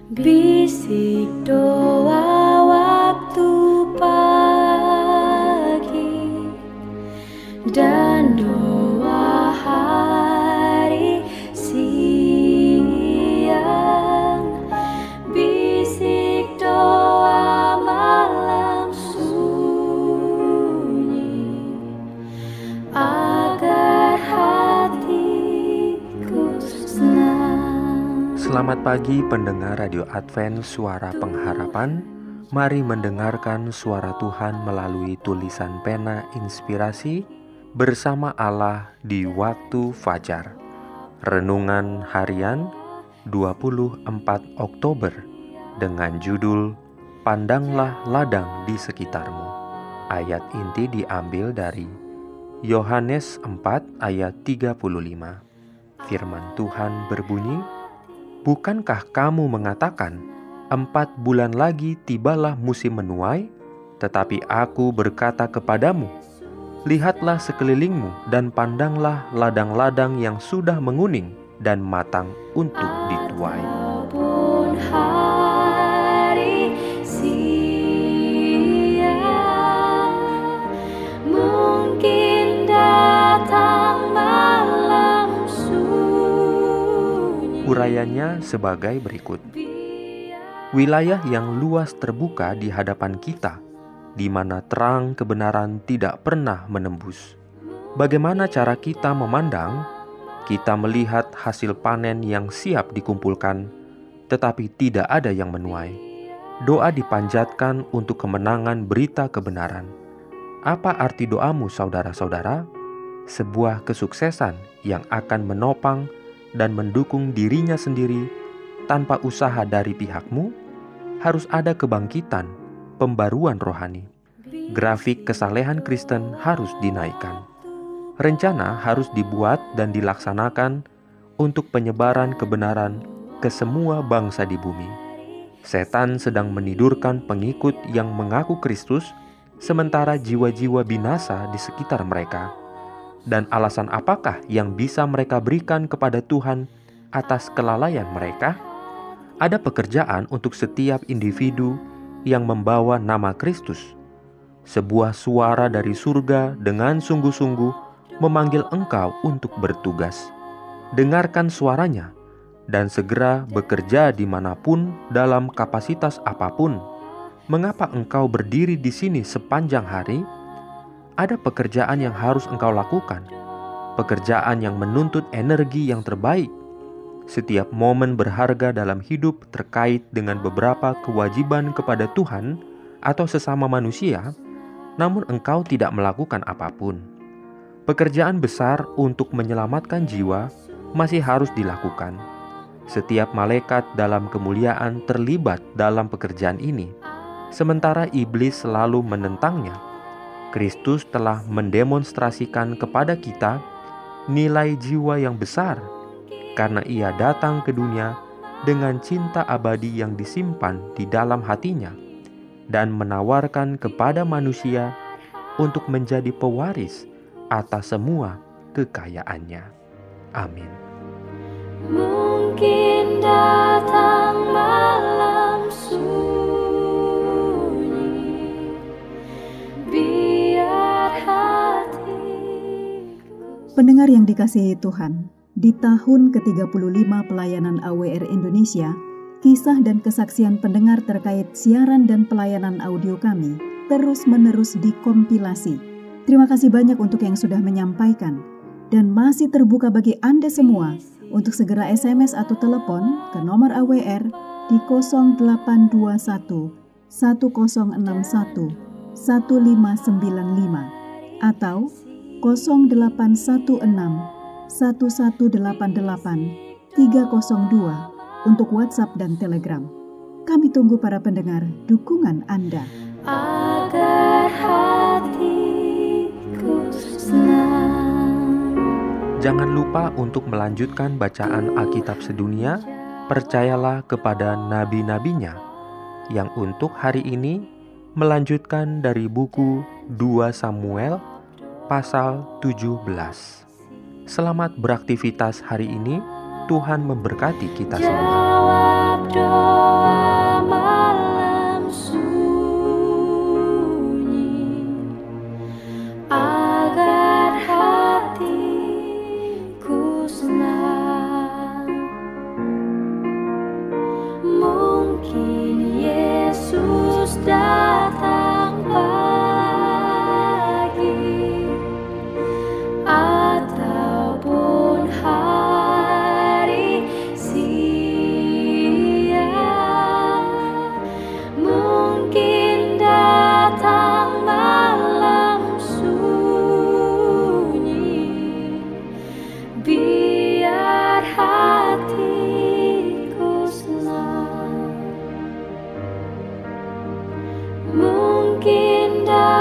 Bisik doa waktu pagi dan doa hari siang, bisik doa malam sunyi, agar hatiku senang. Selamat pagi pendengar Radio Advent Suara Pengharapan. Mari mendengarkan suara Tuhan melalui tulisan pena inspirasi bersama Allah di waktu fajar. Renungan harian 24 Oktober dengan judul Pandanglah ladang di sekitarmu. Ayat inti diambil dari Yohanes 4 ayat 35. Firman Tuhan berbunyi, "Bukankah kamu mengatakan, 4 bulan lagi tibalah musim menuai? Tetapi aku berkata kepadamu, lihatlah sekelilingmu dan pandanglah ladang-ladang yang sudah menguning dan matang untuk dituai." Ataupun hari siang, mungkin datang malam sunyi. Urayanya sebagai berikut. Wilayah yang luas terbuka di hadapan kita, di mana terang kebenaran tidak pernah menembus. Bagaimana cara kita memandang? Kita melihat hasil panen yang siap dikumpulkan, tetapi tidak ada yang menuai. Doa dipanjatkan untuk kemenangan berita kebenaran. Apa arti doamu, saudara-saudara? Sebuah kesuksesan yang akan menopang dan mendukung dirinya sendiri tanpa usaha dari pihakmu. Harus ada kebangkitan, pembaruan rohani. Grafik kesalehan Kristen harus dinaikkan. Rencana harus dibuat dan dilaksanakan untuk penyebaran kebenaran ke semua bangsa di bumi. Setan sedang menidurkan pengikut yang mengaku Kristus, sementara jiwa-jiwa binasa di sekitar mereka. Dan alasan apakah yang bisa mereka berikan kepada Tuhan atas kelalaian mereka? Ada pekerjaan untuk setiap individu yang membawa nama Kristus. Sebuah suara dari surga dengan sungguh-sungguh memanggil engkau untuk bertugas. Dengarkan suaranya dan segera bekerja dimanapun dalam kapasitas apapun. Mengapa engkau berdiri di sini sepanjang hari? Ada pekerjaan yang harus engkau lakukan. Pekerjaan yang menuntut energi yang terbaik. Setiap momen berharga dalam hidup terkait dengan beberapa kewajiban kepada Tuhan atau sesama manusia, namun engkau tidak melakukan apapun. Pekerjaan besar untuk menyelamatkan jiwa masih harus dilakukan. Setiap malaikat dalam kemuliaan terlibat dalam pekerjaan ini, sementara iblis selalu menentangnya. Kristus telah mendemonstrasikan kepada kita nilai jiwa yang besar, karena ia datang ke dunia dengan cinta abadi yang disimpan di dalam hatinya dan menawarkan kepada manusia untuk menjadi pewaris atas semua kekayaannya. Amin. Mungkin datang malam sunyi, biar hatiku. Pendengar yang dikasihi Tuhan, di tahun ke-35 pelayanan AWR Indonesia, kisah dan kesaksian pendengar terkait siaran dan pelayanan audio kami terus-menerus dikompilasi. Terima kasih banyak untuk yang sudah menyampaikan, dan masih terbuka bagi Anda semua untuk segera SMS atau telepon ke nomor AWR di 0821 1061 1595 atau 0816 1188 302 untuk WhatsApp dan Telegram. Kami tunggu para pendengar dukungan Anda. Agar hatiku senang. Jangan lupa untuk melanjutkan bacaan Alkitab sedunia. Percayalah kepada nabi-nabinya yang untuk hari ini melanjutkan dari buku 2 Samuel pasal 17. Selamat beraktivitas hari ini. Tuhan memberkati kita semua. Jawab doa. Mungkin Yesus datang pagi ataupun hari siang, mungkin datang malam sunyi. Biar hatiku senang, mungkin datang